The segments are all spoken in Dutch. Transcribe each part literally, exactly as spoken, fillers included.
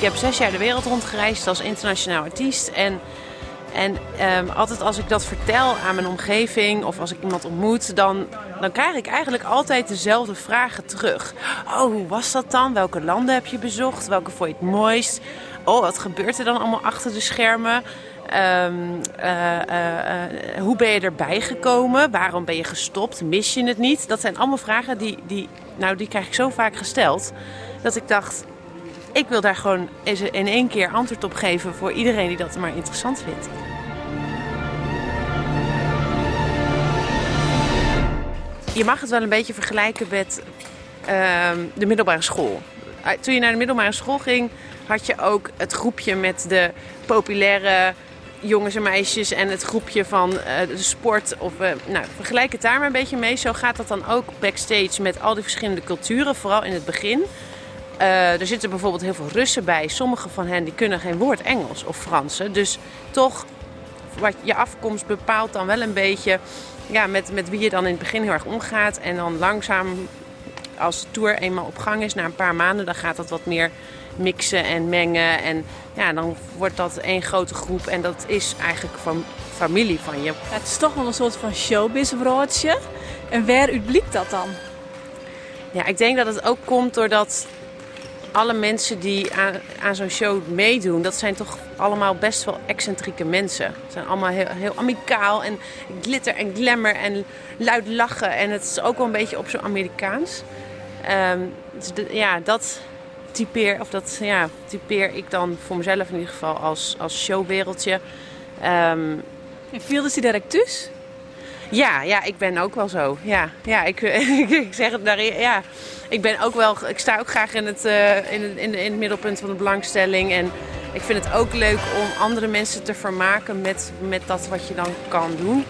heb zes jaar de wereld rondgereisd als internationaal artiest. En, en um, altijd als ik dat vertel aan mijn omgeving of als ik iemand ontmoet, dan, dan krijg ik eigenlijk altijd dezelfde vragen terug. Oh, hoe was dat dan? Welke landen heb je bezocht? Welke vond je het mooist? Oh, wat gebeurt er dan allemaal achter de schermen? Um, uh, uh, uh, hoe ben je erbij gekomen? Waarom ben je gestopt? Mis je het niet? Dat zijn allemaal vragen die, die, nou, die krijg ik zo vaak gesteld. Dat ik dacht, ik wil daar gewoon eens in één keer antwoord op geven voor iedereen die dat maar interessant vindt. Je mag het wel een beetje vergelijken met uh, de middelbare school. Toen je naar de middelbare school ging, had je ook het groepje met de populaire jongens en meisjes en het groepje van uh, de sport. Of, uh, nou, vergelijk het daar maar een beetje mee. Zo gaat dat dan ook backstage met al die verschillende culturen, vooral in het begin. Uh, er zitten bijvoorbeeld heel veel Russen bij. Sommige van hen die kunnen geen woord Engels of Franse. Dus toch, wat je afkomst bepaalt dan wel een beetje ja, met, met wie je dan in het begin heel erg omgaat. En dan langzaam, als de tour eenmaal op gang is, na een paar maanden, dan gaat dat wat meer mixen en mengen. En ja, dan wordt dat één grote groep. En dat is eigenlijk van familie van je. Ja, het is toch wel een soort van showbiz-broodje. En waaruit blijkt dat dan? Ja, ik denk dat het ook komt doordat alle mensen die aan, aan zo'n show meedoen, dat zijn toch allemaal best wel excentrieke mensen. Ze zijn allemaal heel, heel amicaal en glitter en glamour en luid lachen. En het is ook wel een beetje op zo'n Amerikaans. Um, dus de, ja, dat typeer, of dat, ja, typeer ik dan voor mezelf in ieder geval als, als showwereldje. Um, en viel dus die direct thuis? Ja, ja, ik ben ook wel zo. Ja, ja ik, ik zeg het daar. Ja, ik ben ook wel. Ik sta ook graag in het, uh, in, het, in, de, in het middelpunt van de belangstelling. En ik vind het ook leuk om andere mensen te vermaken met, met dat wat je dan kan doen.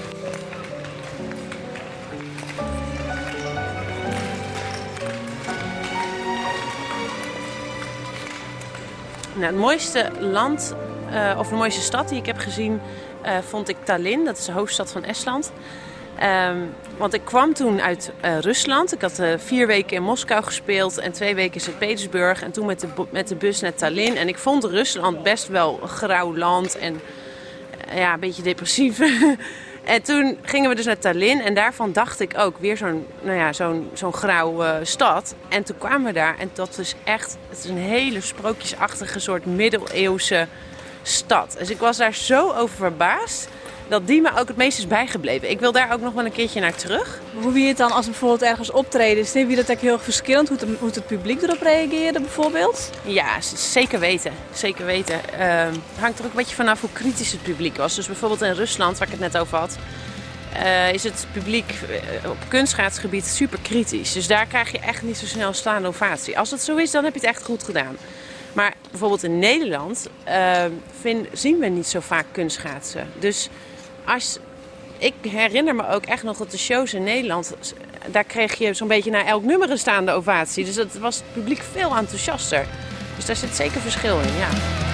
Nou, het mooiste land, uh, of de mooiste stad die ik heb gezien, uh, vond ik Tallinn. Dat is de hoofdstad van Estland. Um, want ik kwam toen uit uh, Rusland. Ik had uh, vier weken in Moskou gespeeld en twee weken in Sint-Petersburg. En toen met de, met de bus naar Tallinn. En ik vond Rusland best wel een grauw land en uh, ja, een beetje depressief. En toen gingen we dus naar Tallinn en daarvan dacht ik ook weer zo'n, nou ja, zo'n, zo'n grauwe uh, stad. En toen kwamen we daar en dat is echt, het is een hele sprookjesachtige soort middeleeuwse stad. Dus ik was daar zo over verbaasd dat die me ook het meest is bijgebleven. Ik wil daar ook nog wel een keertje naar terug. Hoe wie het dan als we bijvoorbeeld ergens optreden, is wie dat echt heel verschillend? Hoe het, hoe het publiek erop reageerde bijvoorbeeld? Ja, zeker weten. Zeker weten. Uh, het hangt er ook een beetje vanaf hoe kritisch het publiek was. Dus bijvoorbeeld in Rusland, waar ik het net over had, uh, is het publiek op kunstschaatsgebied super kritisch. Dus daar krijg je echt niet zo snel staande ovatie. Als dat zo is, dan heb je het echt goed gedaan. Maar bijvoorbeeld in Nederland uh, vind, zien we niet zo vaak kunstschaatsen. Dus als, ik herinner me ook echt nog dat de shows in Nederland, daar kreeg je zo'n beetje na elk nummer een staande ovatie. Dus dat was het publiek veel enthousiaster. Dus daar zit zeker verschil in, ja.